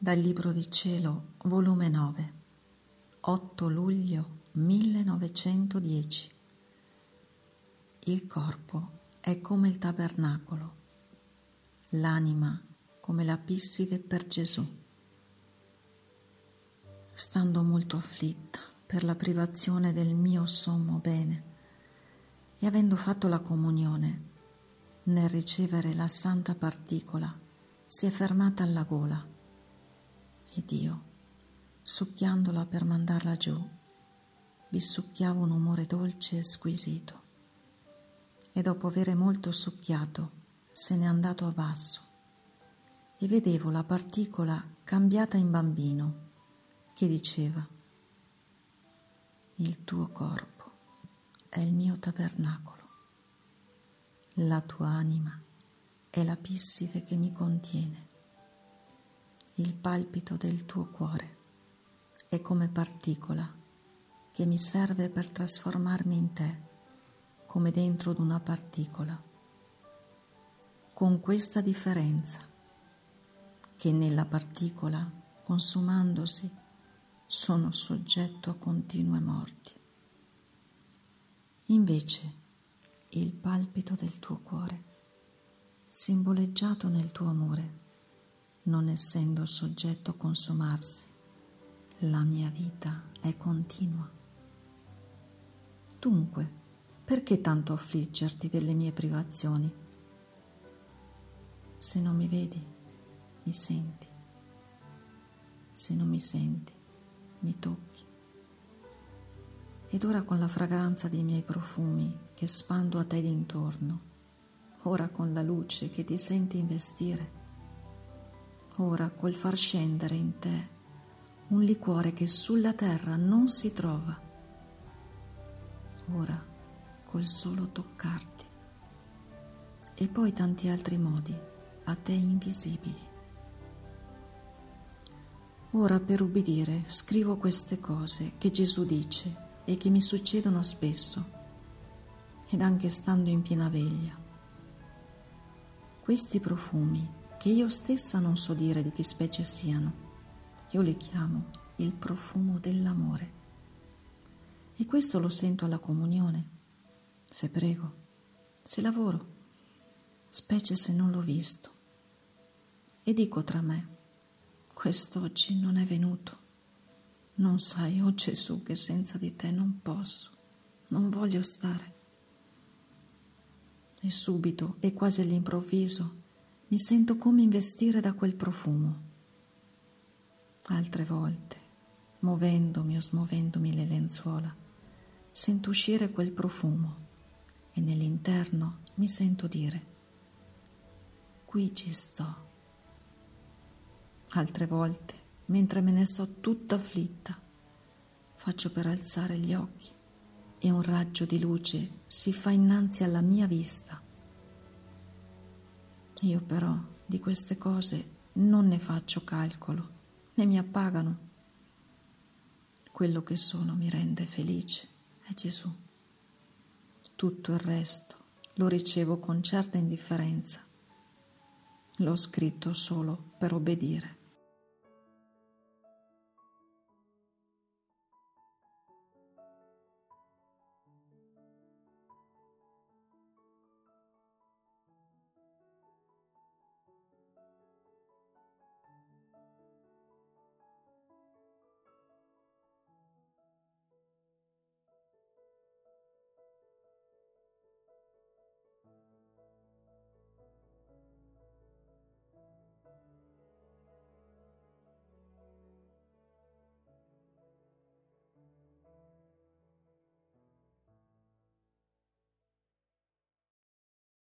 Dal Libro di Cielo, volume 9, 8 luglio 1910. Il corpo è come il tabernacolo, l'anima come la pisside per Gesù. Stando molto afflitta per la privazione del mio sommo bene e avendo fatto la comunione, nel ricevere la santa particola si è fermata alla gola. Ed io, succhiandola per mandarla giù, vi succhiavo un umore dolce e squisito, e dopo avere molto succhiato se n'è andato a basso, e vedevo la particola cambiata in bambino, che diceva: il tuo corpo è il mio tabernacolo, la tua anima è la pisside che mi contiene. Il palpito del tuo cuore è come particola che mi serve per trasformarmi in te, come dentro d'una particola, con questa differenza, che nella particola, consumandosi, sono soggetto a continue morti. Invece, il palpito del tuo cuore, simboleggiato nel tuo amore, non essendo soggetto a consumarsi, la mia vita è continua. Dunque, perché tanto affliggerti delle mie privazioni? Se non mi vedi, mi senti. Se non mi senti, mi tocchi. Ed ora con la fragranza dei miei profumi che spando a te d'intorno, ora con la luce che ti senti investire, ora col far scendere in te un liquore che sulla terra non si trova, ora col solo toccarti, e poi tanti altri modi a te invisibili. Ora per ubbidire scrivo queste cose che Gesù dice e che mi succedono spesso, ed anche stando in piena veglia. Questi profumi che io stessa non so dire di che specie siano, io li chiamo il profumo dell'amore. E questo lo sento alla comunione, se prego, se lavoro, specie se non l'ho visto. E dico tra me: quest'oggi non è venuto. Non sai, oh Gesù, che senza di te non posso, non voglio stare. E subito, e quasi all'improvviso, mi sento come investire da quel profumo. Altre volte, muovendomi o smuovendomi le lenzuola, sento uscire quel profumo e nell'interno mi sento dire: qui ci sto. Altre volte, mentre me ne sto tutta afflitta, faccio per alzare gli occhi e un raggio di luce si fa innanzi alla mia vista. Io però di queste cose non ne faccio calcolo, né mi appagano. Quello che sono mi rende felice, è Gesù. Tutto il resto lo ricevo con certa indifferenza. L'ho scritto solo per obbedire.